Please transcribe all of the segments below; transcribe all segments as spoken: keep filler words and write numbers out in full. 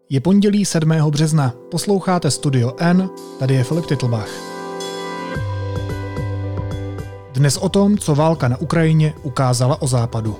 Je pondělí sedmého března, posloucháte Studio N, tady je Filip Titlbach. Dnes o tom, co válka na Ukrajině ukázala o Západu.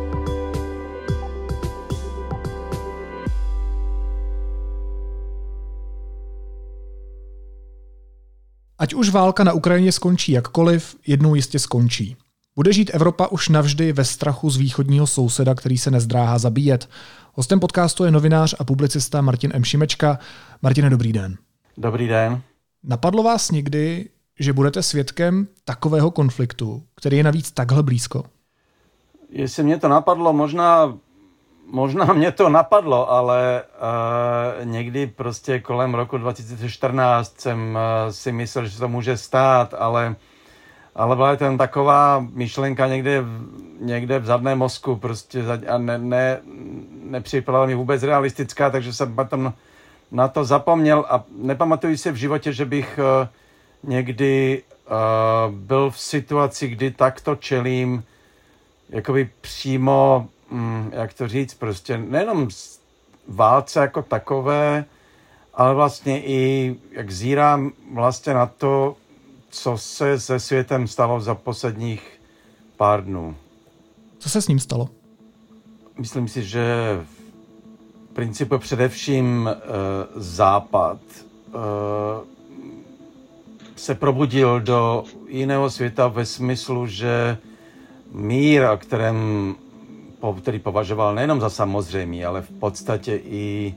Ať už válka na Ukrajině skončí jakkoliv, jednou jistě skončí. Bude žít Evropa už navždy ve strachu z východního souseda, který se nezdráhá zabíjet. Hostem podcastu je novinář a publicista Martin M. Šimečka. Martine, dobrý den. Dobrý den. Napadlo vás někdy, že budete svědkem takového konfliktu, který je navíc takhle blízko? Jestli mě to napadlo, možná, možná mě to napadlo, ale uh, někdy prostě kolem roku dva tisíce čtrnáct jsem uh, si myslel, že to může stát, ale Ale byla tam taková myšlenka někde, někde v zadném mozku prostě a ne, ne, nepřipadala mi vůbec realistická, takže jsem potom na to zapomněl a nepamatuji si v životě, že bych uh, někdy uh, byl v situaci, kdy takto čelím jakoby přímo, um, jak to říct, prostě nejenom válce jako takové, ale vlastně i jak zírám vlastně na to, co se se světem stalo za posledních pár dnů. Co se s ním stalo? Myslím si, že v principu především e, Západ e, se probudil do jiného světa ve smyslu, že mír, o kterém, po, který považoval nejenom za samozřejmý, ale v podstatě i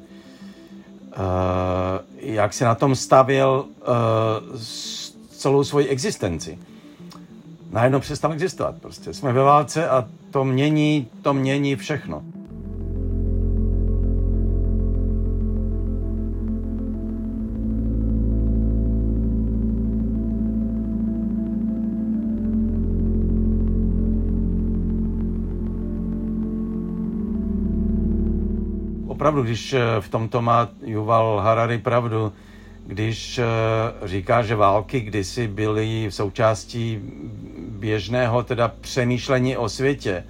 e, jak se na tom stavěl e, celou svoji existenci. Najednou přestal existovat. Prostě jsme ve válce a to mění, to mění všechno. Opravdu, když v tomto má Yuval Harari pravdu, když říká, že války kdysi byly součástí běžného teda přemýšlení o světě.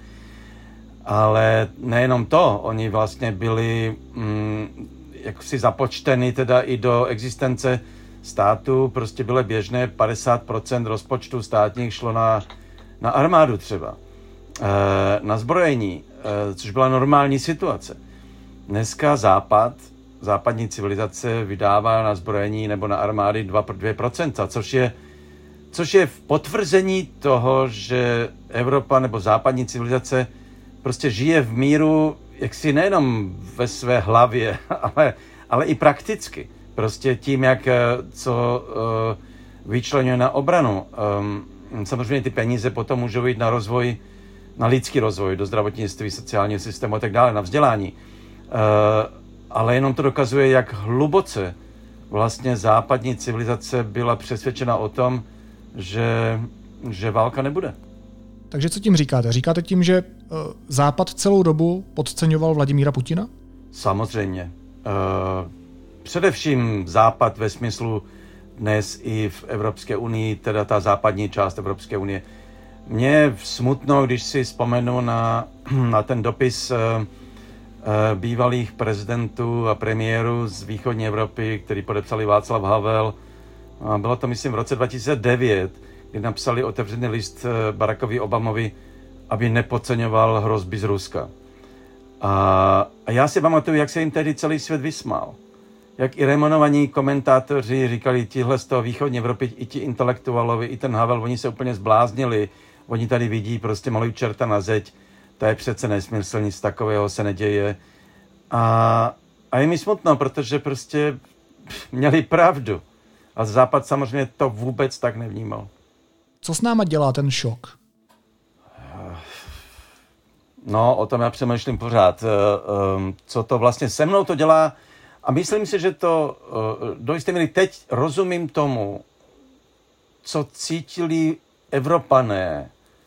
Ale nejenom to, oni vlastně byli mm, jaksi započteny teda i do existence státu, prostě bylo běžné, padesát procent rozpočtu státních šlo na, na armádu třeba, e, na zbrojení, e, což byla normální situace. Dneska Západ, západní civilizace vydává na zbrojení nebo na armády dva procenta, což je, což je v potvrzení toho, že Evropa nebo západní civilizace prostě žije v míru jaksi nejenom ve své hlavě, ale, ale i prakticky. Prostě tím, jak co uh, vyčleňuje na obranu. Um, samozřejmě ty peníze potom můžou jít na rozvoj, na lidský rozvoj, do zdravotnictví, sociálního systému a tak dále, na vzdělání. Uh, Ale jenom to dokazuje, jak hluboce vlastně západní civilizace byla přesvědčena o tom, že, že válka nebude. Takže co tím říkáte? Říkáte tím, že Západ celou dobu podceňoval Vladimíra Putina? Samozřejmě. Především Západ ve smyslu dnes i v Evropské unii, teda ta západní část Evropské unie. Mně smutno, když si vzpomenu na, na ten dopis bývalých prezidentů a premiérů z východní Evropy, který podepsali Václav Havel. A bylo to, myslím, v roce dva tisíce devět, kdy napsali otevřený list Barackovi Obamovi, aby nepodceňoval hrozby z Ruska. A, a já si pamatuju, jak se jim tehdy celý svět vysmál. Jak i renomovaní komentátoři říkali, tihle z toho východní Evropy, i ti intelektuálové, i ten Havel, oni se úplně zbláznili. Oni tady vidí prostě malou čerta na zeď. To je přece nesmysl, nic takového se neděje. A, a je mi smutno, protože prostě měli pravdu. A Západ samozřejmě to vůbec tak nevnímal. Co s náma dělá ten šok? No, o tom já přemýšlím pořád. Co to vlastně se mnou to dělá? A myslím si, že to do jisté míry teď rozumím tomu, co cítili Evropané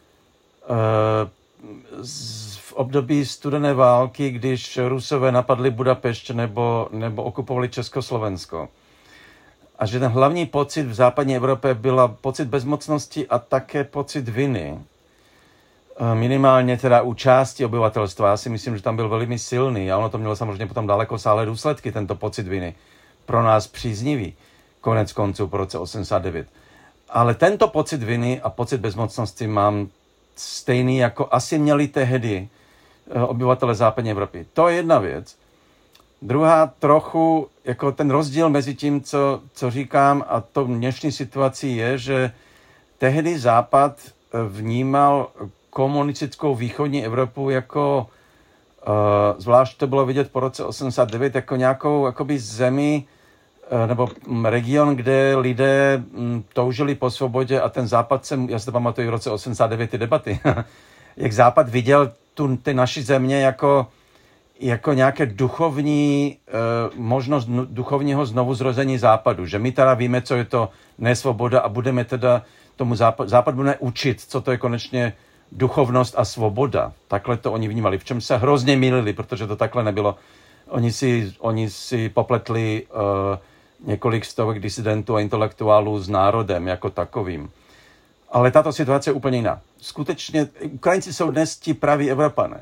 v období studené války, když Rusové napadli Budapešť nebo, nebo okupovali Československo. A že ten hlavní pocit v západní Evropě byla pocit bezmocnosti a také pocit viny. minimálně teda u části obyvatelstva. Já si myslím, že tam byl velmi silný a ono to mělo samozřejmě potom dalekosáhlé důsledky, tento pocit viny. Pro nás příznivý, konec konců po roce osmdesát devět. Ale tento pocit viny a pocit bezmocnosti mám stejný, jako asi měli tehdy obyvatele západní Evropy. To je jedna věc. Druhá trochu, jako ten rozdíl mezi tím, co, co říkám a to dnešní situací je, že tehdy Západ vnímal komunistickou východní Evropu jako, uh, zvlášť to bylo vidět po roce osmdesát devět, jako nějakou jakoby zemi uh, nebo region, kde lidé um, toužili po svobodě a ten Západ se, já si to pamatuju v roce osmdesát devět ty debaty, jak Západ viděl tu, ty naši země jako, jako nějaké duchovní, uh, možnost duchovního znovuzrození Západu, že my teda víme, co je to nesvoboda a budeme teda tomu západ, západ bude učit, co to je konečně duchovnost a svoboda. Takhle to oni vnímali, v čem se hrozně mýlili, protože to takhle nebylo. Oni si, oni si popletli uh, několik stovek disidentů a intelektuálů s národem jako takovým. Ale tato situace je úplně jiná. Skutečně Ukrajinci jsou dnes ti praví Evropané,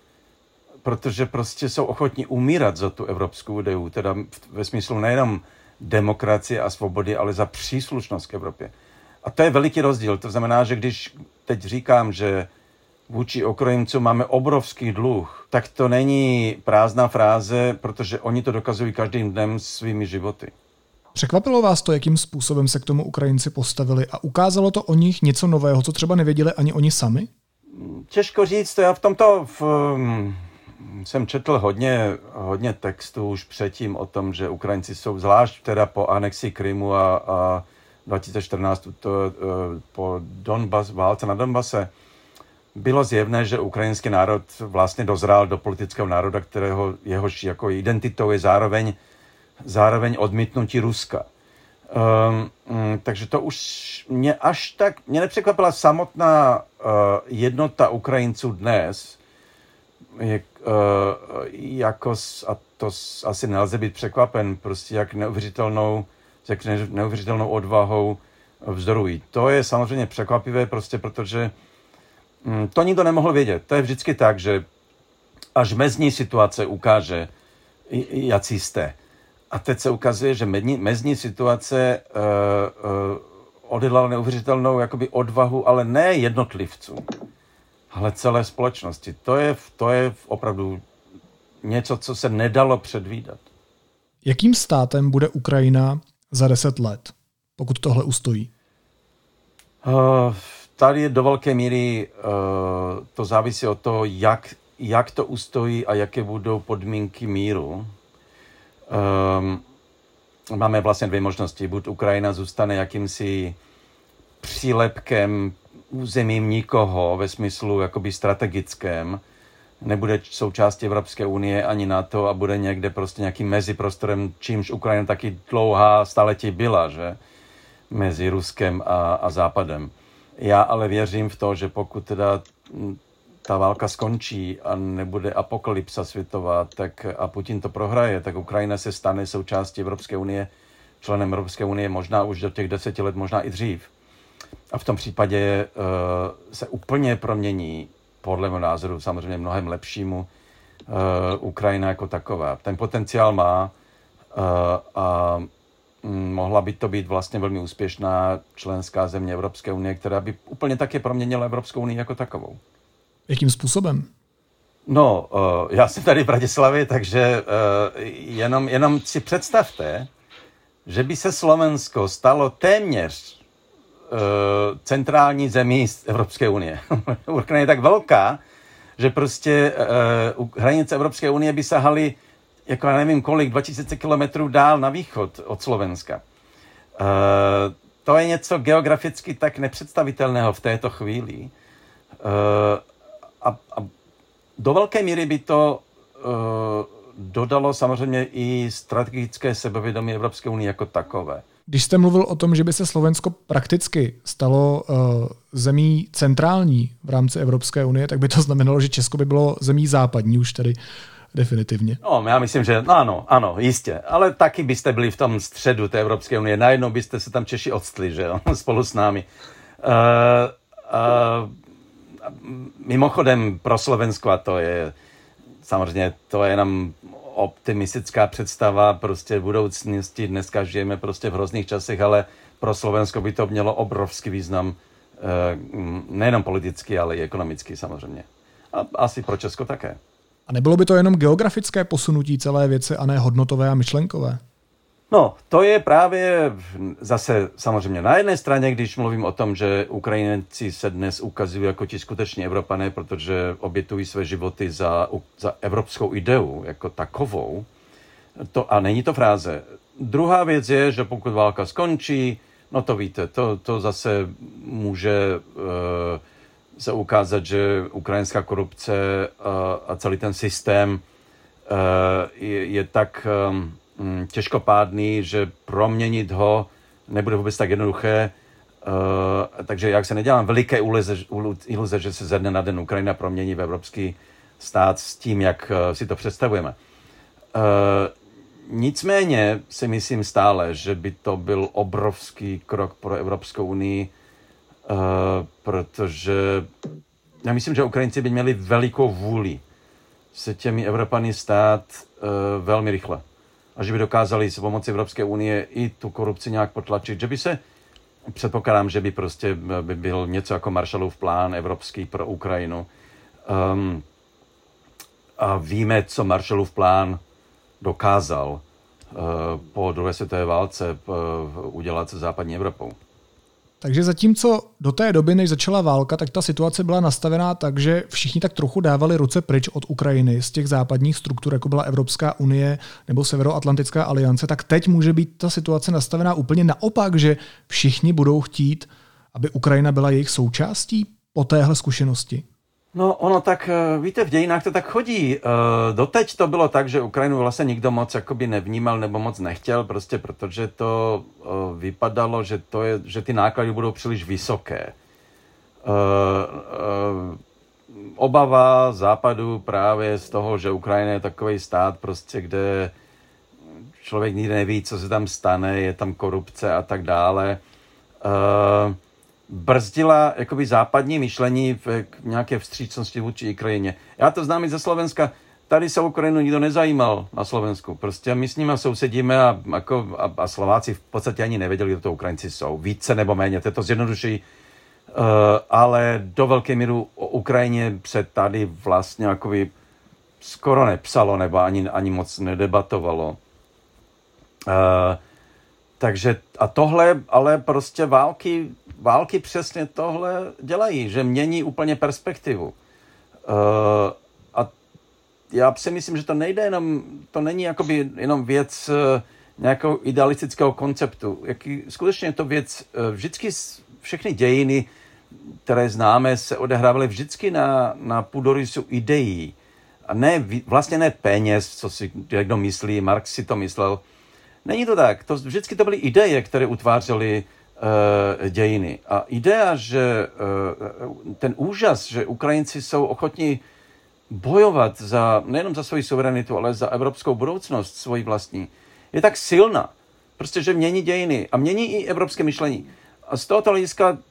protože prostě jsou ochotní umírat za tu evropskou ideu, teda ve smyslu nejenom demokracie a svobody, ale za příslušnost k Evropě. A to je veliký rozdíl. To znamená, že když teď říkám, že vůči Ukrajincům máme obrovský dluh, tak to není prázdná fráze, protože oni to dokazují každým dnem svými životy. Překvapilo vás to, jakým způsobem se k tomu Ukrajinci postavili a ukázalo to o nich něco nového, co třeba nevěděli ani oni sami? Těžko říct, já v tomto v, jsem četl hodně, hodně textů už předtím o tom, že Ukrajinci jsou zvlášť teda po anexi Krymu a, a dva tisíce čtrnáct to, po Donbas, válce na Donbase bylo zjevné, že ukrajinský národ vlastně dozrál do politického národa, kterého jehož jako identitou je zároveň, zároveň odmítnutí Ruska. Um, um, takže to už mě až tak, mě nepřekvapila samotná uh, jednota Ukrajinců dnes, jak, uh, jako, a to asi nelze být překvapen, prostě jak neuvěřitelnou jak neuvěřitelnou odvahou vzdorují. To je samozřejmě překvapivé, prostě protože mm, to nikdo nemohl vědět. To je vždycky tak, že až mezní situace ukáže, jací jste. A teď se ukazuje, že mezní, mezní situace uh, uh, odhodlala neuvěřitelnou jakoby odvahu, ale ne jednotlivců, ale celé společnosti. To je, to je opravdu něco, co se nedalo předvídat. Jakým státem bude Ukrajina za deset let, pokud tohle ustojí? Uh, tady je do velké míry uh, to závisí od toho, jak, jak to ustojí a jaké budou podmínky míru. Um, máme vlastně dvě možnosti. Buď Ukrajina zůstane jakýmsi přílepkem územím nikoho ve smyslu jakoby strategickém, nebude součástí Evropské unie ani NATO a bude někde prostě nějakým meziprostorem, čímž Ukrajina taky dlouhá staletí byla, že? Mezi Ruskem a, a Západem. Já ale věřím v to, že pokud teda ta válka skončí a nebude apokalypsa světová, tak a Putin to prohraje, tak Ukrajina se stane součástí Evropské unie, členem Evropské unie možná už do těch deseti let, možná i dřív. A v tom případě uh, se úplně promění, podle mého názoru samozřejmě mnohem lepšímu, uh, Ukrajina jako taková. Ten potenciál má uh, a mm, mohla by to být vlastně velmi úspěšná členská země Evropské unie, která by úplně taky proměnila Evropskou unii jako takovou. Jakým způsobem? No, uh, já jsem tady v Bratislavě, takže uh, jenom, jenom si představte, že by se Slovensko stalo téměř uh, centrální zemí Evropské unie. Ukrajina je tak velká, že prostě uh, hranice Evropské unie by sahaly, jako já nevím kolik, dva tisíce kilometrů dál na východ od Slovenska. Uh, to je něco geograficky tak nepředstavitelného v této chvíli. Uh, A, a do velké míry by to uh, dodalo samozřejmě i strategické sebevědomí Evropské unie jako takové. Když jste mluvil o tom, že by se Slovensko prakticky stalo uh, zemí centrální v rámci Evropské unie, tak by to znamenalo, že Česko by bylo zemí západní už tedy definitivně. No, já myslím, že ano, ano, jistě. Ale taky byste byli v tom středu té Evropské unie. Najednou byste se tam Češi odstli, že jo, spolu s námi. Uh, uh, mimochodem pro Slovensko, a to je samozřejmě to je jenom optimistická představa prostě budoucnosti. Dneska žijeme prostě v hrozných časech, ale pro Slovensko by to mělo obrovský význam, nejenom politický, ale i ekonomický samozřejmě. A asi pro Česko také. A nebylo by to jenom geografické posunutí celé věci a ne hodnotové a myšlenkové? No, to je právě zase samozřejmě na jedné straně, když mluvím o tom, že Ukrajinci se dnes ukazují jako ti skuteční Evropané, protože obětují své životy za, za evropskou ideu jako takovou. To, a není to fráze. Druhá věc je, že pokud válka skončí, no to víte, to, to zase může uh, se ukázat, že ukrajinská korupce uh, a celý ten systém uh, je, je tak... Um, těžkopádný, že proměnit ho nebude vůbec tak jednoduché. Uh, takže jak se nedělám veliké iluze, iluze, že se ze dne na den Ukrajina promění v evropský stát s tím, jak uh, si to představujeme. Uh, nicméně si myslím stále, že by to byl obrovský krok pro Evropskou unii, uh, protože já myslím, že Ukrajinci by měli velikou vůli se těmi Evropany stát uh, velmi rychle. A že by dokázali s pomocí Evropské unie i tu korupci nějak potlačit, že by se, předpokládám, že by prostě by byl něco jako Marshallův plán evropský pro Ukrajinu. Um, a víme, co Marshallův plán dokázal uh, po druhé světové válce uh, udělat se západní Evropou. Takže zatímco do té doby, než začala válka, tak ta situace byla nastavená tak, že všichni tak trochu dávali ruce pryč od Ukrajiny z těch západních struktur, jako byla Evropská unie nebo Severoatlantická aliance, tak teď může být ta situace nastavená úplně naopak, že všichni budou chtít, aby Ukrajina byla jejich součástí po téhle zkušenosti. No ono tak, víte, v dějinách to tak chodí. Doteď to bylo tak, že Ukrajinu vlastně nikdo moc jakoby nevnímal nebo moc nechtěl, prostě protože to vypadalo, že, to je, že ty náklady budou příliš vysoké. Obava Západu právě z toho, že Ukrajina je takový stát, prostě, kde člověk nikdy neví, co se tam stane, je tam korupce a tak dále, brzdila jakoby západní myšlení v nějaké vstřícnosti vůči Ukrajině. Já to znám i ze Slovenska. Tady se Ukrajinu nikdo nezajímal na Slovensku. Prostě my s nimi sousedíme a, jako, a, a Slováci v podstatě ani nevěděli, kdo to Ukrajinci jsou. Více nebo méně, to je to zjednodušují. Uh, ale do velké míry o Ukrajině se tady vlastně jakoby skoro nepsalo nebo ani, ani moc nedebatovalo. Uh, takže a tohle, ale prostě války, války přesně tohle dělají, že mění úplně perspektivu. Uh, a já si myslím, že to nejde jenom, to není jakoby jenom věc uh, nějakého idealistického konceptu. Jaký, skutečně je to věc, uh, vždycky všechny dějiny, které známe, se odehrávaly vždycky na, na půdorysu ideí. A ne, vlastně ne peněz, co si někdo myslí, Marx si to myslel. Není to tak. To, vždycky to byly ideje, které utvářely uh, dějiny. A idea, že uh, ten úžas, že Ukrajinci jsou ochotní bojovat za, nejenom za svoji suverenitu, ale za evropskou budoucnost svoji vlastní, je tak silná. Prostě, že mění dějiny a mění i evropské myšlení. A z tohoto hlediska uh,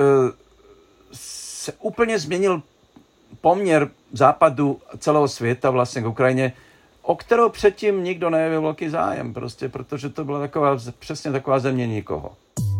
se úplně změnil poměr západu celého světa vlastně k Ukrajině, o kterou předtím nikdo nejevil velký zájem, prostě, protože to byla taková, přesně taková země nikoho.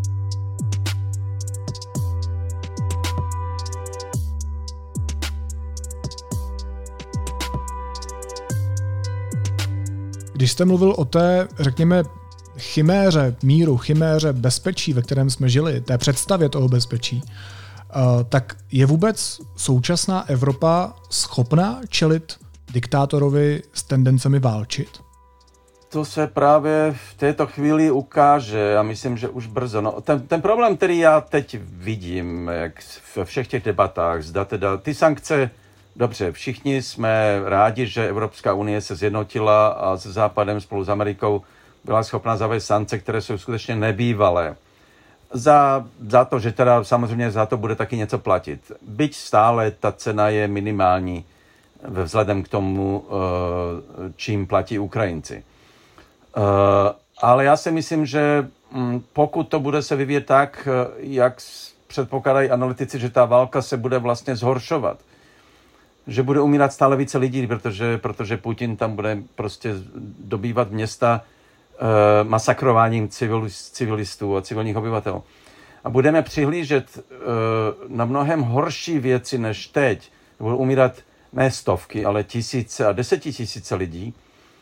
Když jste mluvil o té, řekněme, chiméře míru, chiméře bezpečí, ve kterém jsme žili, té představě toho bezpečí, tak je vůbec současná Evropa schopná čelit diktátorovi s tendencemi válčit? To se právě v této chvíli ukáže. Já myslím, že už brzo. No, ten, ten problém, který já teď vidím, jak ve všech těch debatách, zda teda ty sankce, dobře, všichni jsme rádi, že Evropská unie se zjednotila a s Západem spolu s Amerikou byla schopna zavést sankce, které jsou skutečně nebývalé. Za, za to, že teda samozřejmě za to bude taky něco platit. Byť stále ta cena je minimální vzhledem k tomu, čím platí Ukrajinci. Ale já si myslím, že pokud to bude se vyvíjet tak, jak předpokládají analytici, že ta válka se bude vlastně zhoršovat. Že bude umírat stále více lidí, protože, protože Putin tam bude prostě dobývat města e, masakrováním civilistů a civilních obyvatel. A budeme přihlížet e, na mnohem horší věci než teď. Budou umírat ne stovky, ale tisíce a desetitisíce lidí.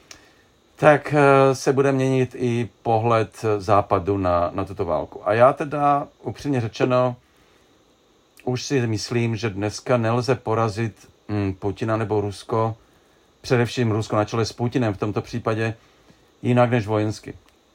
Tak e, se bude měnit i pohled Západu na, na tuto válku. A já teda, upřímně řečeno, už si myslím, že dneska nelze porazit hm, Putina nebo Rusko, především Rusko na čele s Putinem v tomto případě, jinak než vojensky.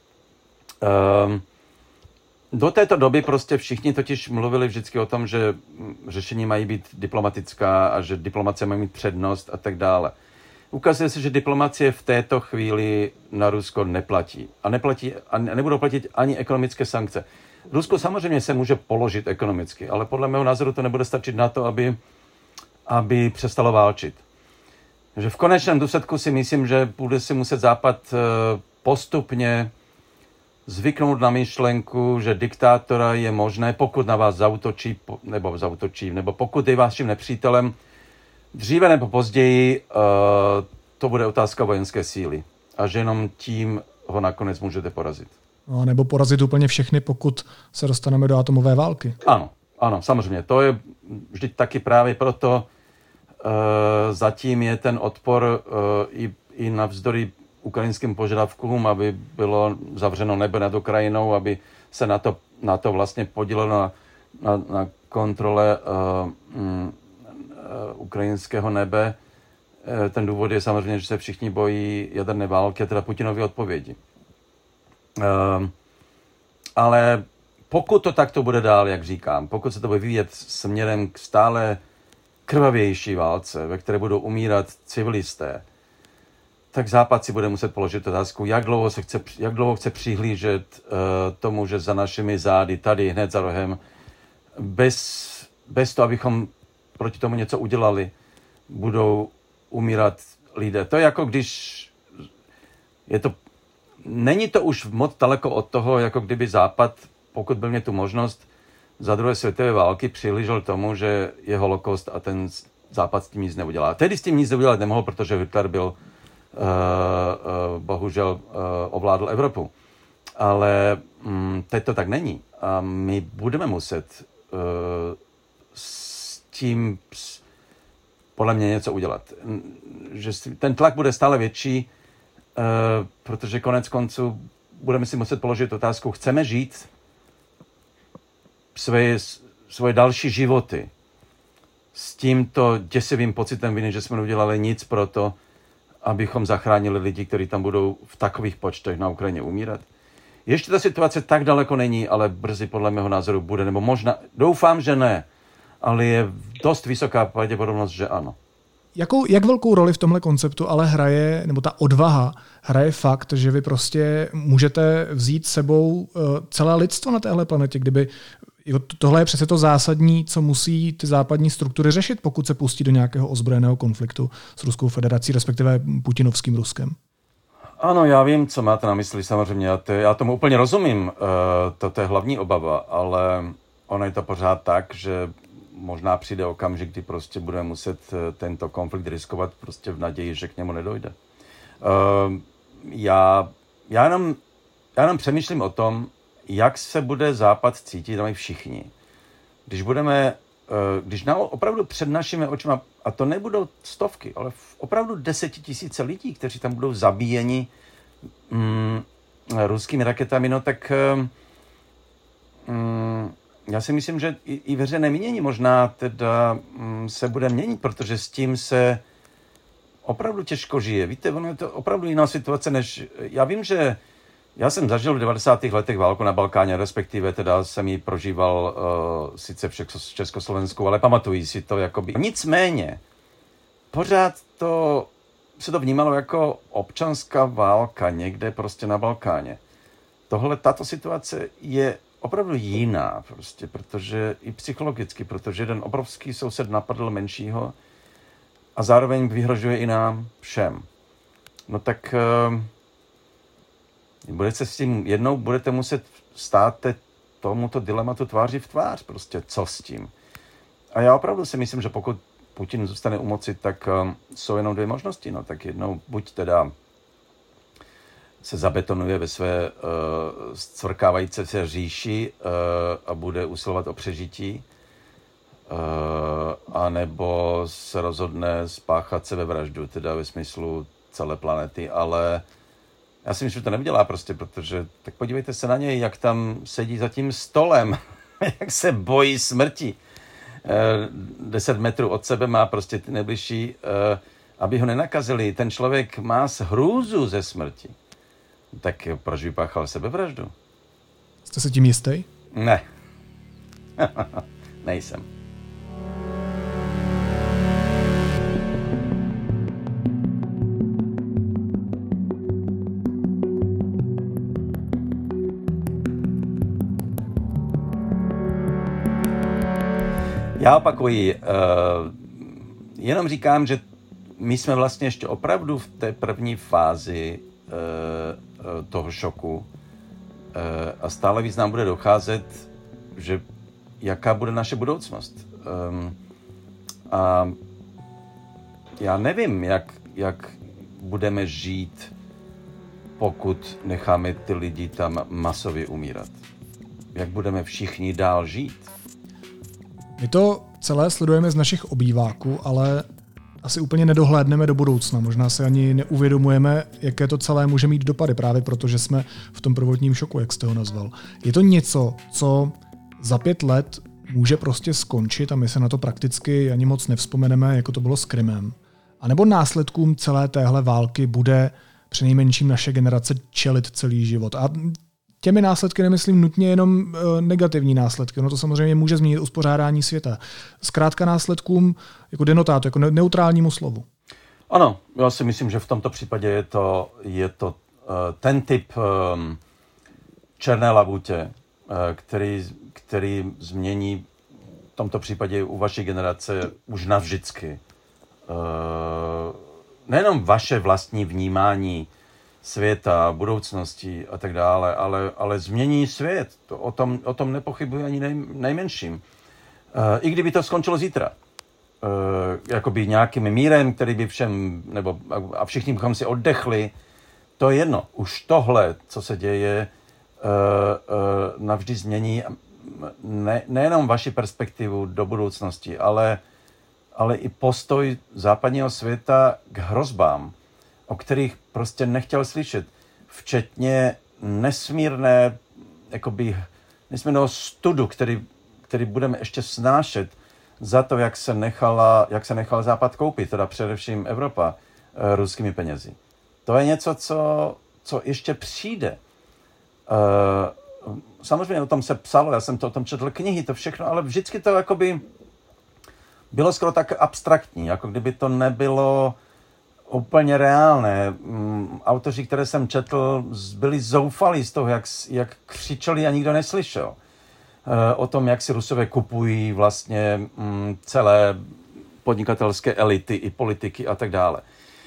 Um, do této doby prostě všichni totiž mluvili vždycky o tom, že řešení mají být diplomatická a že diplomacie má mít přednost a tak dále. Ukazuje se, že diplomacie v této chvíli na Rusko neplatí. A, neplatí, a nebudou platit ani ekonomické sankce. Rusko samozřejmě se může položit ekonomicky, ale podle mého názoru to nebude stačit na to, aby, aby přestalo válčit. Že v konečném důsledku si myslím, že bude si muset Západ postupně zvyknout na myšlenku, že diktátora je možné, pokud na vás zautočí, nebo zautočí, nebo pokud je vaším nepřítelem, dříve nebo později to bude otázka vojenské síly. A že jenom tím ho nakonec můžete porazit. No, nebo porazit úplně všechny, pokud se dostaneme do atomové války. Ano, ano, samozřejmě. To je vždyť taky právě proto, uh, zatím je ten odpor uh, i, i navzdory ukrajinským požadavkům, aby bylo zavřeno nebe nad Ukrajinou, aby se na to, na to vlastně podílelo na, na, na kontrole uh, um, uh, ukrajinského nebe. Uh, ten důvod je samozřejmě, že se všichni bojí jaderné války a teda Putinovy odpovědi. Uh, ale pokud to takto bude dál, jak říkám, pokud se to bude vyvíjet směrem k stále krvavější válce, ve které budou umírat civilisté, tak Západ si bude muset položit otázku, jak dlouho, se chce, jak dlouho chce přihlížet uh, tomu, že za našimi zády, tady hned za rohem, bez, bez toho, abychom proti tomu něco udělali, budou umírat lidé. To je jako když je to Není to už moc daleko od toho, jako kdyby Západ, pokud byl mě tu možnost, za druhé světové války přihlížel tomu, že je holokaust a ten Západ s tím nic neudělá. Tedy s tím nic neudělat nemohl, protože Hitler byl, uh, uh, bohužel, uh, ovládl Evropu. Ale um, teď to tak není. A my budeme muset uh, s tím podle mě něco udělat. Že ten tlak bude stále větší, Uh, protože konec konců budeme si muset položit otázku, chceme žít svoje, svoje další životy s tímto děsivým pocitem viny, že jsme neudělali nic pro to, abychom zachránili lidi, kteří tam budou v takových počtech na Ukrajině umírat. Ještě ta situace tak daleko není, ale brzy podle mého názoru bude, nebo možná, doufám, že ne, ale je dost vysoká pravděpodobnost, že ano. Jakou, jak velkou roli v tomhle konceptu ale hraje, nebo ta odvaha, hraje fakt, že vy prostě můžete vzít sebou celé lidstvo na téhle planetě, kdyby tohle je přece to zásadní, co musí ty západní struktury řešit, pokud se pustí do nějakého ozbrojeného konfliktu s Ruskou federací, respektive putinovským Ruskem. Ano, já vím, co máte na mysli, samozřejmě. Já, to, já tomu úplně rozumím, to, to je hlavní obava, ale ono je to pořád tak, že možná přijde okamžik, kdy prostě budeme muset tento konflikt riskovat prostě v naději, že k němu nedojde. Uh, já, já, jenom, já jenom přemýšlím o tom, jak se bude Západ cítit, a my všichni. Když budeme, uh, když na, opravdu před našimi očima, a to nebudou stovky, ale opravdu desetitisíce lidí, kteří tam budou zabíjeni um, ruskými raketami, no tak um, um, já si myslím, že i, i veřejné mínění možná teda um, se bude měnit, protože s tím se opravdu těžko žije. Víte, ono je to opravdu jiná situace, než... Já vím, že já jsem zažil v devadesátých letech válku na Balkáně, respektive teda jsem ji prožíval uh, sice v Československu, ale pamatuji si to jakoby. Nicméně, pořád to se to vnímalo jako občanská válka někde prostě na Balkáně. Tohle, tato situace je opravdu jiná prostě, protože i psychologicky, protože jeden obrovský soused napadl menšího a zároveň vyhrožuje i nám všem. No tak uh, budete s tím jednou budete muset stát tomuto dilematu tváří v tvář, prostě co s tím. A já opravdu si myslím, že pokud Putin zůstane u moci, tak um, jsou jenom dvě možnosti. No, tak jednou buď teda se zabetonuje ve své uh, zcvrkávající se říši uh, a bude usilovat o přežití, uh, anebo se rozhodne spáchat sebevraždu, teda ve smyslu celé planety, ale já si myslím, že to neudělá prostě, protože tak podívejte se na něj, jak tam sedí za tím stolem, jak se bojí smrti. Deset metrů od sebe má prostě ty nejbližší, aby ho nenakazili. Ten člověk má hrůzu ze smrti. Tak proč vypáchal sebevraždu? Jste se tím jistý? Ne. Nejsem. Já opakuji, uh, jenom říkám, že my jsme vlastně ještě opravdu v té první fázi uh, uh, toho šoku uh, a stále víc nám bude docházet, že jaká bude naše budoucnost. Um, a já nevím, jak, jak budeme žít, pokud necháme ty lidi tam masově umírat. Jak budeme všichni dál žít. My to celé sledujeme z našich obýváků, ale asi úplně nedohlédneme do budoucna. Možná si ani neuvědomujeme, jaké to celé může mít dopady, právě protože jsme v tom prvotním šoku, jak jste ho nazval. Je to něco, co za pět let může prostě skončit a my se na to prakticky ani moc nevzpomeneme, jako to bylo s Krymem. A nebo následkům celé téhle války bude přinejmenším naše generace čelit celý život. A těmi následky nemyslím nutně jenom negativní následky. No to samozřejmě může změnit uspořádání světa. Zkrátka následkům jako denotátu, jako neutrálnímu slovu. Ano, já si myslím, že v tomto případě je to, je to uh, ten typ um, černé labutě, uh, který, který změní v tomto případě u vaší generace už navždycky. Uh, nejenom vaše vlastní vnímání světa, budoucnosti a tak dále, ale, ale změní svět. To, o, tom, o tom nepochybuji ani nej, nejmenším. Uh, I kdyby to skončilo zítra. Uh, jakoby nějakým mírem, který by všem, nebo a všichni bychom si oddechli, to je jedno. Už tohle, co se děje, uh, uh, navždy změní ne, nejenom vaši perspektivu do budoucnosti, ale, ale i postoj západního světa k hrozbám, o kterých prostě nechtěl slyšet. Včetně nesmírné, jakoby, nesmírného studu, který, který budeme ještě snášet za to, jak se, nechala, jak se nechal Západ koupit, teda především Evropa, e, ruskými penězi. To je něco, co, co ještě přijde. E, samozřejmě o tom se psalo, já jsem to o tom četl knihy, to všechno, ale vždycky to jakoby bylo skoro tak abstraktní, jako kdyby to nebylo úplně reálné. Autoři, které jsem četl, byli zoufalí z toho, jak, jak křičeli a nikdo neslyšel. O tom, jak si Rusové kupují vlastně celé podnikatelské elity i politiky a tak dále.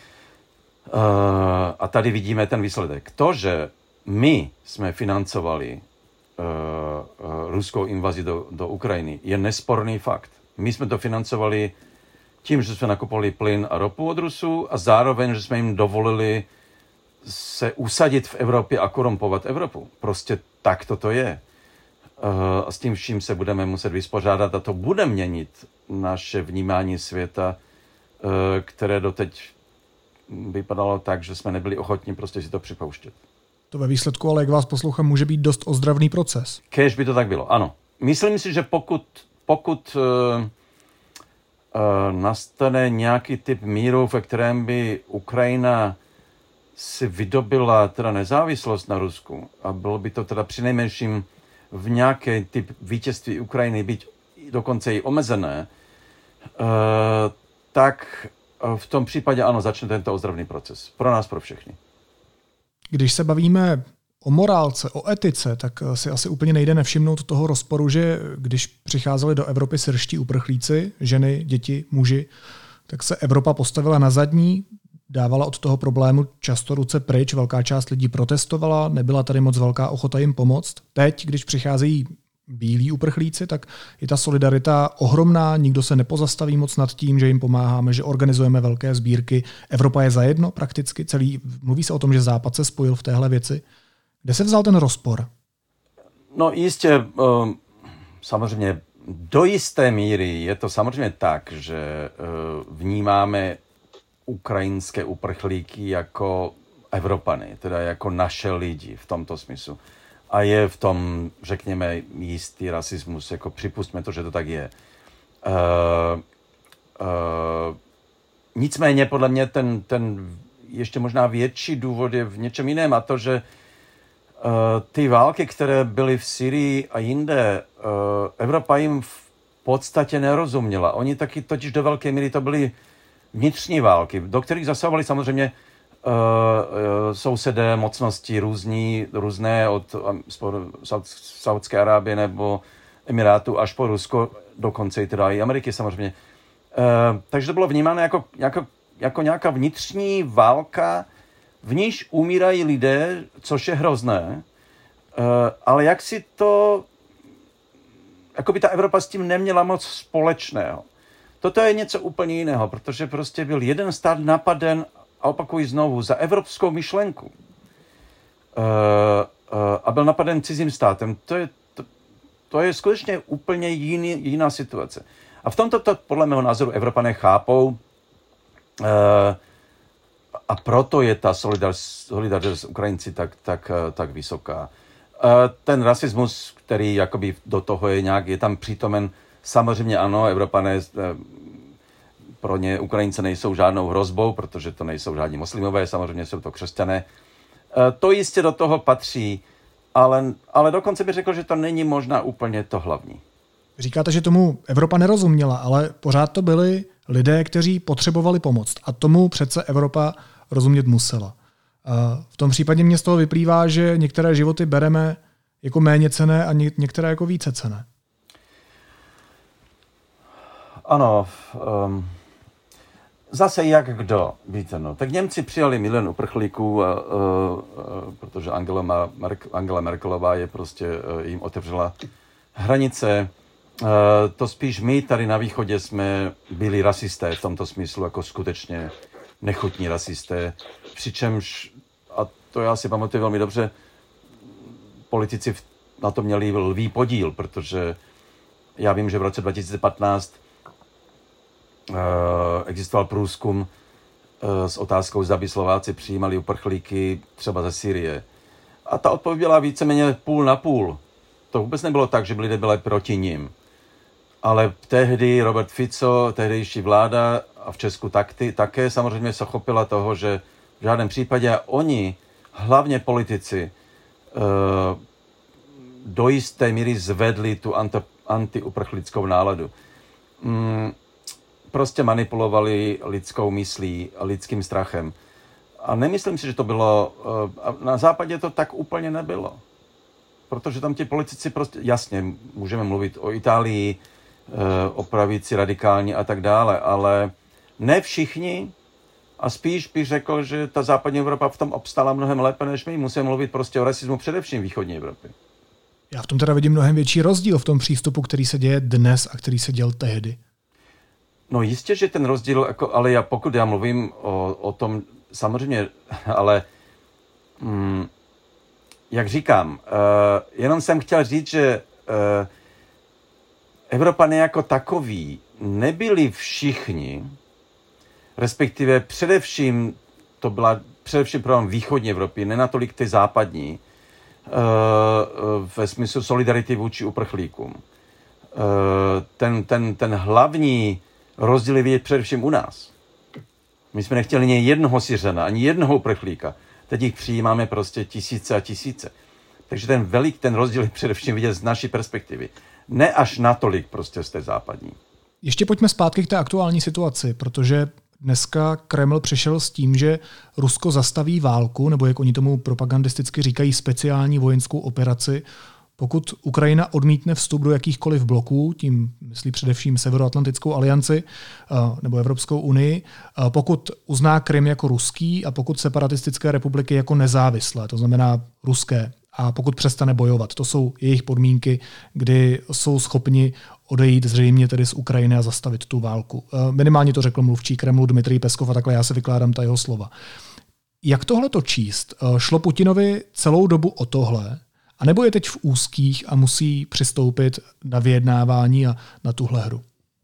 A tady vidíme ten výsledek. To, že my jsme financovali ruskou invazi do, do Ukrajiny, je nesporný fakt. My jsme to financovali tím, že jsme nakupovali plyn a ropu od Rusů a zároveň, že jsme jim dovolili se usadit v Evropě a korumpovat Evropu. Prostě tak to je. A s tím vším se budeme muset vyspořádat a to bude měnit naše vnímání světa, které doteď vypadalo tak, že jsme nebyli ochotní prostě si to připouštět. To ve výsledku, ale jak vás poslouchám, může být dost ozdravný proces. Kéž by to tak bylo, ano. Myslím si, že pokud, pokud uh, uh, nastane nějaký typ míru, ve kterém by Ukrajina si vydobila teda nezávislost na Rusku a bylo by to teda přinejmenším v nějaký typ vítězství Ukrajiny, byť dokonce i omezené, uh, tak v tom případě ano, začne tento ozdravný proces. Pro nás, pro všechny. Když se bavíme o morálce, o etice, tak si asi úplně nejde nevšimnout toho rozporu, že když přicházeli do Evropy syrští uprchlíci, ženy, děti, muži, tak se Evropa postavila na zadní, dávala od toho problému často ruce pryč, velká část lidí protestovala, nebyla tady moc velká ochota jim pomoct. Teď, když přicházejí bílí uprchlíci, tak je ta solidarita ohromná, nikdo se nepozastaví moc nad tím, že jim pomáháme, že organizujeme velké sbírky. Evropa je zajedno prakticky celý. Mluví se o tom, že Západ se spojil v téhle věci. Kde se vzal ten rozpor? No jistě, samozřejmě do jisté míry je to samozřejmě tak, že vnímáme ukrajinské uprchlíky jako Evropany, teda jako naše lidi v tomto smyslu. A je v tom, řekněme, jistý rasismus, jako připustme to, že to tak je. Uh, uh, nicméně podle mě ten, ten ještě možná větší důvod je v něčem jiném, a to, že uh, ty války, které byly v Syrii a jinde, uh, Evropa jim v podstatě nerozuměla. Oni taky totiž do velké míry to byly vnitřní války, do kterých zasahovali samozřejmě uh, uh, sousedé, mocnosti různí, různé od um, Saudské Arábie nebo Emirátu až po Rusko, dokonce i teda i Ameriky samozřejmě. Uh, takže to bylo vnímáno jako, jako, jako nějaká vnitřní válka, v níž umírají lidé, což je hrozné, uh, ale jak si to, jako by ta Evropa s tím neměla moc společného. Toto je něco úplně jiného, protože prostě byl jeden stát napaden, a opakuji znovu, za evropskou myšlenku. Uh, uh, a byl napaden cizím státem. To je, to, to je skutečně úplně jiný, jiná situace. A v tomto to podle mého názoru Evropané chápou uh, a proto je ta solidarita s Ukrajinci tak, tak, tak vysoká. Uh, ten rasismus, který jakoby do toho je nějak, je tam přítomen. Samozřejmě ano, Evropané, pro ně Ukrajince nejsou žádnou hrozbou, protože to nejsou žádní muslimové, samozřejmě jsou to křesťané. To jistě do toho patří, ale, ale dokonce bych řekl, že to není možná úplně to hlavní. Říkáte, že tomu Evropa nerozuměla, ale pořád to byli lidé, kteří potřebovali pomoc. A tomu přece Evropa rozumět musela. A v tom případě mě z toho vyplývá, že některé životy bereme jako méně cenné a některé jako více cenné. Ano, um, zase jak kdo, víte, no. Tak Němci přijali milion uprchlíků, uh, uh, protože Angela, Merk- Angela Merkelová je prostě, uh, jim otevřela hranice. Uh, to spíš my tady na východě jsme byli rasisté v tomto smyslu, jako skutečně nechutní rasisté. Přičemž, a to já si pamatuju velmi dobře, politici na to měli lví podíl, protože já vím, že v roce dva tisíce patnáct Uh, existoval průzkum uh, s otázkou, zda by Slováci přijímali uprchlíky třeba ze Syrie. A ta odpověď byla víceméně půl na půl. To vůbec nebylo tak, že by lidé byli proti nim. Ale tehdy Robert Fico, tehdejší vláda a v Česku takty, také samozřejmě se chopila toho, že v žádném případě oni, hlavně politici, uh, do jisté míry zvedli tu anti, antiuprchlickou náladu. Mm, prostě manipulovali lidskou myslí a lidským strachem. A nemyslím si, že to bylo, na západě to tak úplně nebylo. Protože tam ti politici prostě, jasně, můžeme mluvit o Itálii, o pravici radikální a tak dále, ale ne všichni, a spíš bych řekl, že ta západní Evropa v tom obstála mnohem lépe než my. Musíme mluvit prostě o rasismu především v východní Evropě. Já v tom teda vidím mnohem větší rozdíl v tom přístupu, který se děje dnes a který se děl tehdy. No jistě, že ten rozdíl, jako, ale já pokud já mluvím o, o tom, samozřejmě, ale mm, jak říkám, uh, jenom jsem chtěl říct, že uh, Evropané jako takoví nebyli všichni, respektive především, to byla především problém východní Evropy, ne natolik ty západní, uh, uh, ve smyslu solidarity vůči uprchlíkům. Uh, ten, ten, ten hlavní rozdíl je vidět především u nás. My jsme nechtěli ani jednoho Syřana, ani jednoho uprchlíka. Teď jich přijímáme prostě tisíce a tisíce. Takže ten velik, ten rozdíl je především vidět z naší perspektivy. Ne až natolik prostě z té západní. Ještě pojďme zpátky k té aktuální situaci, protože dneska Kreml přišel s tím, že Rusko zastaví válku, nebo jak oni tomu propagandisticky říkají, speciální vojenskou operaci, pokud Ukrajina odmítne vstup do jakýchkoliv bloků, tím myslí především Severoatlantickou alianci nebo Evropskou unii, pokud uzná Krym jako ruský a pokud separatistické republiky jako nezávislé, to znamená ruské. a pokud přestane bojovat. To jsou jejich podmínky, kdy jsou schopni odejít zřejmě tedy z Ukrajiny a zastavit tu válku. Minimálně to řekl mluvčí Kremlu Dmitrij Peskov a takhle já se vykládám ta jeho slova. Jak tohle to číst? Šlo Putinovi celou dobu o tohle, anebo je teď v úzkých a musí přistoupit na vyjednávání a na tuhle hru?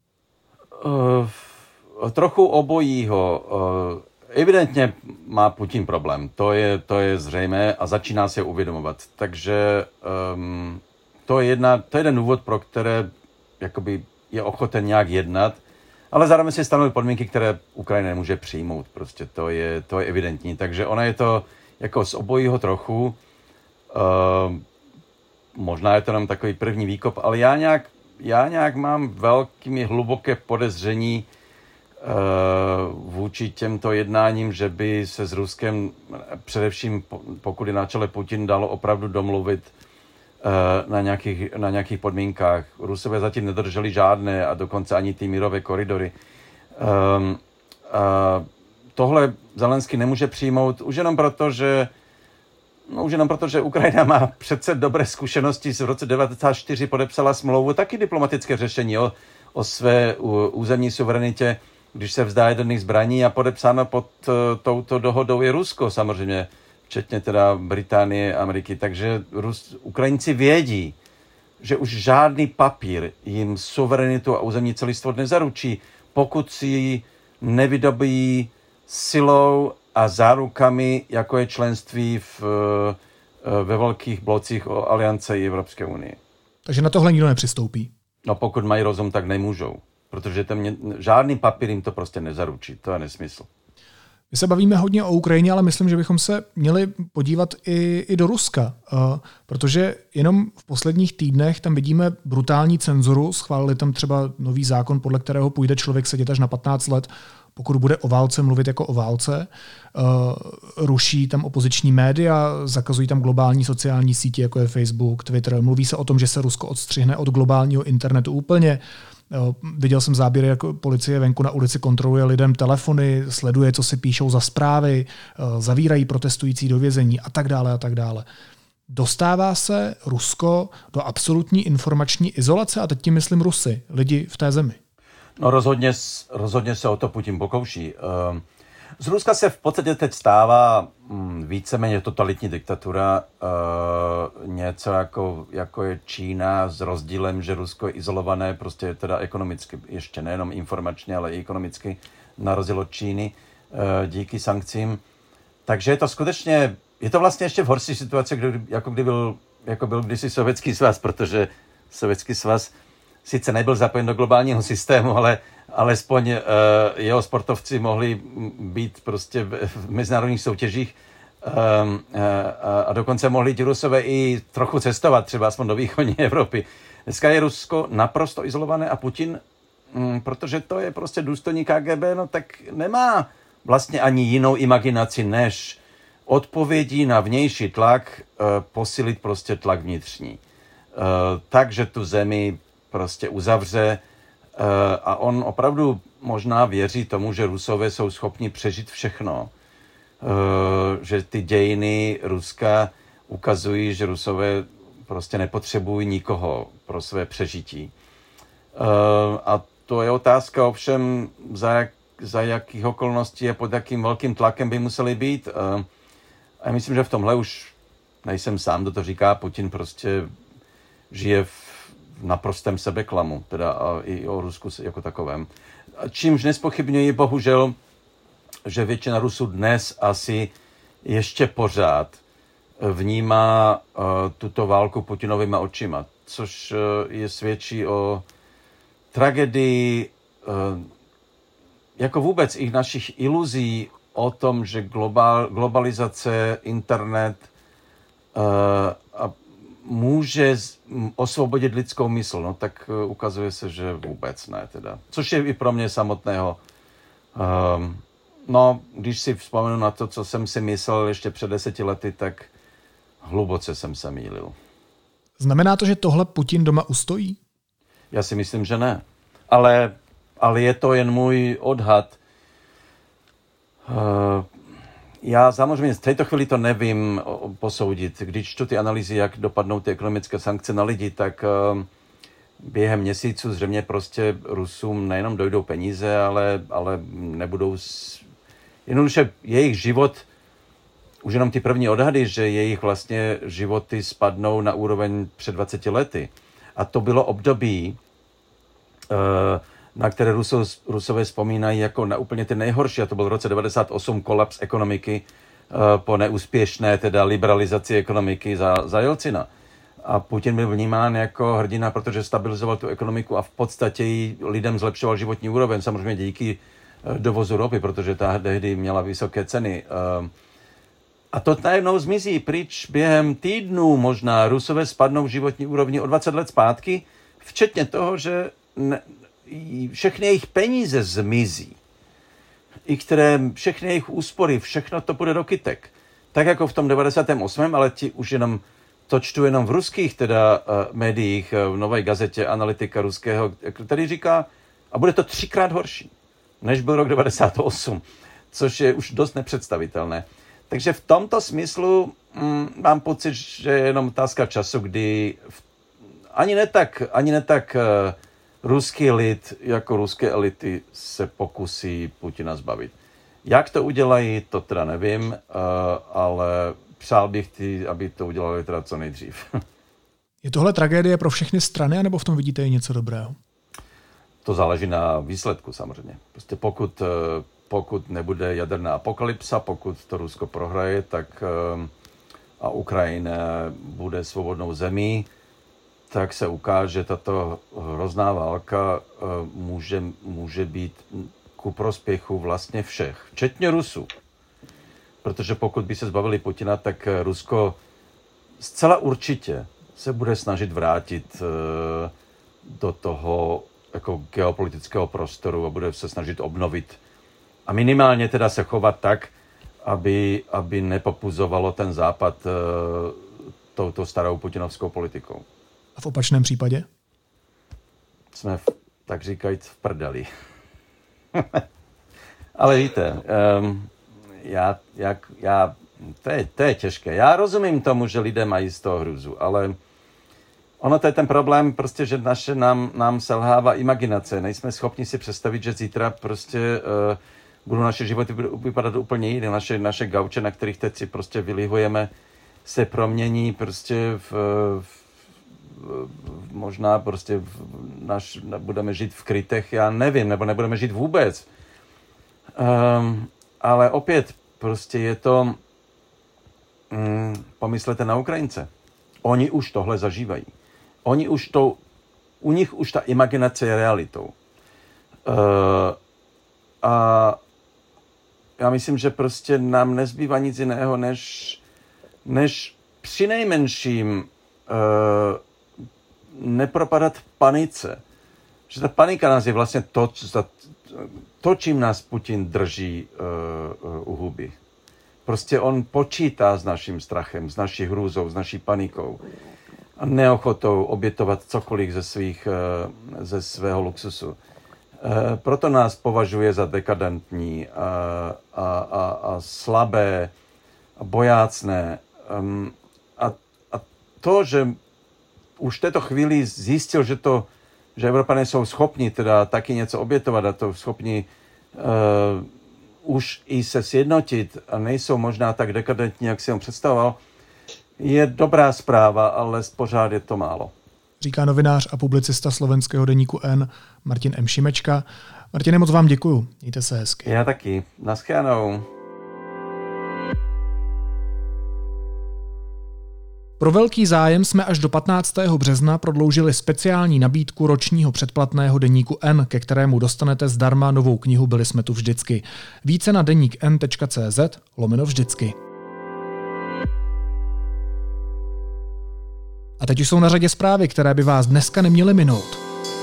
Uh, trochu obojího. Uh, evidentně má Putin problém. To je, to je zřejmé a začíná se uvědomovat. Takže um, to je, jedna, to je jeden důvod, pro které jakoby je ochoten nějak jednat, ale zároveň si stanoví podmínky, které Ukrajina nemůže přijmout. Prostě to je, to je evidentní. Takže ona je to jako z obojího trochu. Uh, možná je to nám takový první výkop, ale já nějak, já nějak mám velkými hluboké podezření uh, vůči těmto jednáním, že by se s Ruskem, především pokud je na čele Putin, dalo opravdu domluvit uh, na, nějakých, na nějakých podmínkách. Rusové zatím nedrželi žádné a dokonce ani ty mírové koridory. Um, uh, tohle Zelenský nemůže přijmout už jenom proto, že No už jenom proto, že Ukrajina má přece dobré zkušenosti. V roce devadesát čtyři podepsala smlouvu, taky diplomatické řešení o, o své územní suverenitě, když se vzdá jaderných zbraní, a podepsáno pod uh, touto dohodou je Rusko samozřejmě, včetně teda Británie, Ameriky. Takže Rus, Ukrajinci vědí, že už žádný papír jim suverenitu a územní celistvost nezaručí, pokud si ji nevydobí silou a zárukami, jako je členství v, ve velkých blocích o Aliance i Evropské unie. Takže na tohle nikdo nepřistoupí? No pokud mají rozum, tak nemůžou. Protože tam mě, žádný papír jim to prostě nezaručí. To je nesmysl. My se bavíme hodně o Ukrajině, ale myslím, že bychom se měli podívat i, i do Ruska. Uh, protože jenom v posledních týdnech tam vidíme brutální cenzuru. Schválili tam třeba nový zákon, podle kterého půjde člověk sedět až na patnáct let, pokud bude o válce mluvit jako o válce. Uh, ruší tam opoziční média, zakazují tam globální sociální sítě, jako je Facebook, Twitter. Mluví se o tom, že se Rusko odstřihne od globálního internetu úplně. Uh, viděl jsem záběry, jak policie venku na ulici kontroluje lidem telefony, sleduje, co si píšou za zprávy, uh, zavírají protestující do vězení a tak dále a tak dále. Dostává se Rusko do absolutní informační izolace, a teď tím myslím Rusy, lidi v té zemi. No rozhodně, rozhodně se o to Putin pokouší. Z Ruska se v podstatě teď stává víceméně totalitní diktatura, něco jako, jako je Čína, s rozdílem, že Rusko je izolované, prostě teda ekonomicky, ještě nejenom informačně, ale i ekonomicky, na rozdíl od Číny, díky sankcím. Takže je to skutečně, je to vlastně ještě v horší situaci, kdy, jako, kdy byl, jako byl kdysi Sovětský svaz, protože Sovětský svaz sice nebyl zapojen do globálního systému, ale alespoň uh, jeho sportovci mohli být prostě v, v mezinárodních soutěžích um, uh, a dokonce mohli ti Rusové i trochu cestovat, třeba aspoň do východní Evropy. Dneska je Rusko naprosto izolované a Putin, um, protože to je prostě důstojník K G B, no tak nemá vlastně ani jinou imaginaci, než odpovědí na vnější tlak uh, posilit prostě tlak vnitřní. Uh, takže tu zemi prostě uzavře uh, a on opravdu možná věří tomu, že Rusové jsou schopni přežít všechno. Uh, že ty dějiny Ruska ukazují, že Rusové prostě nepotřebují nikoho pro své přežití. Uh, a to je otázka ovšem, za, jak, za jakých okolností a pod jakým velkým tlakem by museli být. Uh, a myslím, že v tomhle už nejsem sám, kdo to říká. Putin prostě žije v v naprostém sebeklamu, teda a i o Rusku jako takovém. Čímž nespochybňuji bohužel, že většina Rusů dnes asi ještě pořád vnímá uh, tuto válku Putinovýma očima, což uh, je svědčí o tragédii uh, jako vůbec i našich iluzí o tom, že global, globalizace, internet uh, a může osvobodit lidskou mysl, no tak ukazuje se, že vůbec ne teda. Což je i pro mě samotného. Um, no, když si vzpomenu na to, co jsem si myslel ještě před deseti lety, tak hluboce jsem se mýlil. Znamená to, že tohle Putin doma ustojí? Já si myslím, že ne. Ale, ale je to jen můj odhad. Uh, Já samozřejmě v této chvíli to nevím posoudit. Když čtu ty analýzy, jak dopadnou ty ekonomické sankce na lidi, tak během měsíců zřejmě prostě Rusům nejenom dojdou peníze, ale, ale nebudou... Jednoduše jejich život, už jenom ty první odhady, že jejich vlastně životy spadnou na úroveň před dvaceti lety. A to bylo období, na které Rusov, Rusové vzpomínají jako na úplně ty nejhorší. A to byl v roce devadesát osm kolaps ekonomiky po neúspěšné teda liberalizaci ekonomiky za, za Jelcina. A Putin byl vnímán jako hrdina, protože stabilizoval tu ekonomiku a v podstatě jí lidem zlepšoval životní úroveň. Samozřejmě díky dovozu ropy, protože ta tehdy měla vysoké ceny. A to najednou zmizí pryč během týdnů. Možná Rusové spadnou v životní úrovni o dvacet let zpátky, včetně toho, že ne, všechny jejich peníze zmizí. I které, všechny jejich úspory, všechno to bude do kytek. Tak jako v tom devadesátém osmém, ale ti už jenom to čtu jenom v ruských teda uh, médiích, uh, v Nové gazetě analytika ruského, který říká, a bude to třikrát horší, než byl rok devadesát osm, což je už dost nepředstavitelné. Takže v tomto smyslu mm, mám pocit, že je jenom otázka času, kdy v, ani ne tak, ani ne tak uh, ruský lid jako ruské elity se pokusí Putina zbavit. Jak to udělají, to teda nevím, uh, ale přál bych ty, aby to udělali teda co nejdřív. Je tohle tragédie pro všechny strany, anebo v tom vidíte i něco dobrého? To záleží na výsledku samozřejmě. Prostě pokud, pokud nebude jaderná apokalypsa, pokud to Rusko prohraje, tak a Ukrajina bude svobodnou zemí, tak se ukáže, tato hrozná válka může, může být ku prospěchu vlastně všech, včetně Rusů. Protože pokud by se zbavili Putina, tak Rusko zcela určitě se bude snažit vrátit do toho jako geopolitického prostoru a bude se snažit obnovit. A minimálně teda se chovat tak, aby, aby nepopuzovalo ten západ touto starou putinovskou politikou. A v opačném případě? Jsme, v, tak říkajíc, v prdeli. Ale víte, um, já, jak, já, to, je, to je těžké. Já rozumím tomu, že lidé mají z toho hruzu, ale ono to je ten problém, prostě, že naše nám, nám selhává imaginace. Nejsme schopni si představit, že zítra prostě uh, budou naše životy vypadat úplně jiné. Naše, naše gauče, na kterých teď si prostě vylihujeme, se promění prostě v, v, v možná prostě v naš, budeme žít v krytech, já nevím, nebo nebudeme žít vůbec. Um, ale opět prostě je to, um, pomyslete na Ukrajince. Oni už tohle zažívají. Oni už to, u nich už ta imaginace je realitou. Uh, a já myslím, že prostě nám nezbývá nic jiného, než, než přinejmenším uh, nepropadat panice. Že ta panika nás je vlastně to, to čím nás Putin drží uh, uh, u huby. Prostě on počítá s naším strachem, s naší hrůzou, s naší panikou a neochotou obětovat cokoliv ze, svých, uh, ze svého luxusu. Uh, proto nás považuje za dekadentní a, a, a, a slabé a bojácné. Um, a, a to, že už v této chvíli zjistil, že, to, že Evropané jsou schopni teda taky něco obětovat a to schopni uh, už i se sjednotit a nejsou možná tak dekadentní, jak si on představoval, je dobrá zpráva, ale pořád je to málo. Říká novinář a publicista slovenského deníku N Martin M. Šimečka. Martine, moc vám děkuju. Mějte se hezky. Já taky. Naschledanou. Pro velký zájem jsme až do patnáctého března prodloužili speciální nabídku ročního předplatného deníku N, ke kterému dostanete zdarma novou knihu Byli jsme tu vždycky. Více na deník n tečka cé zet lomeno vždycky. A teď už jsou na řadě zprávy, které by vás dneska neměly minout.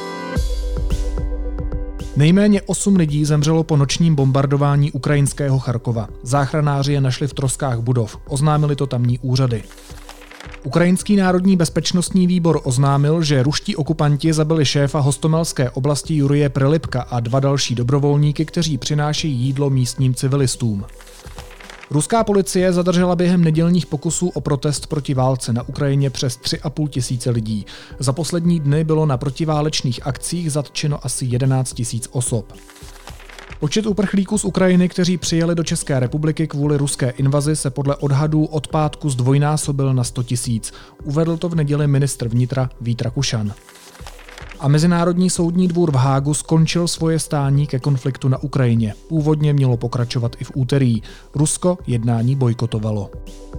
Nejméně osm lidí zemřelo po nočním bombardování ukrajinského Charkova. Záchranáři je našli v troskách budov, oznámili to tamní úřady. Ukrajinský národní bezpečnostní výbor oznámil, že ruští okupanti zabili šéfa Hostomelské oblasti Jurije Prilipka a dva další dobrovolníky, kteří přinášejí jídlo místním civilistům. Ruská policie zadržela během nedělních pokusů o protest proti válce na Ukrajině přes tři a půl tisíce lidí. Za poslední dny bylo na protiválečných akcích zatčeno asi jedenáct tisíc osob. Počet uprchlíků z Ukrajiny, kteří přijeli do České republiky kvůli ruské invazi, se podle odhadů od pátku zdvojnásobil na sto tisíc. Uvedl to v neděli ministr vnitra Vít Rakušan. A Mezinárodní soudní dvůr v Hágu skončil svoje stání ke konfliktu na Ukrajině. Původně mělo pokračovat i v úterý. Rusko jednání bojkotovalo.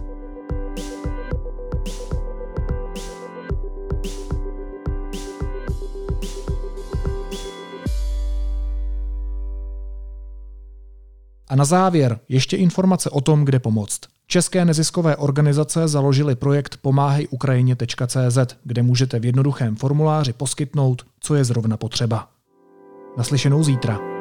A na závěr ještě informace o tom, kde pomoct. České neziskové organizace založily projekt pomáhej ukrajině tečka cé zet, kde můžete v jednoduchém formuláři poskytnout, co je zrovna potřeba. Naslyšenou zítra.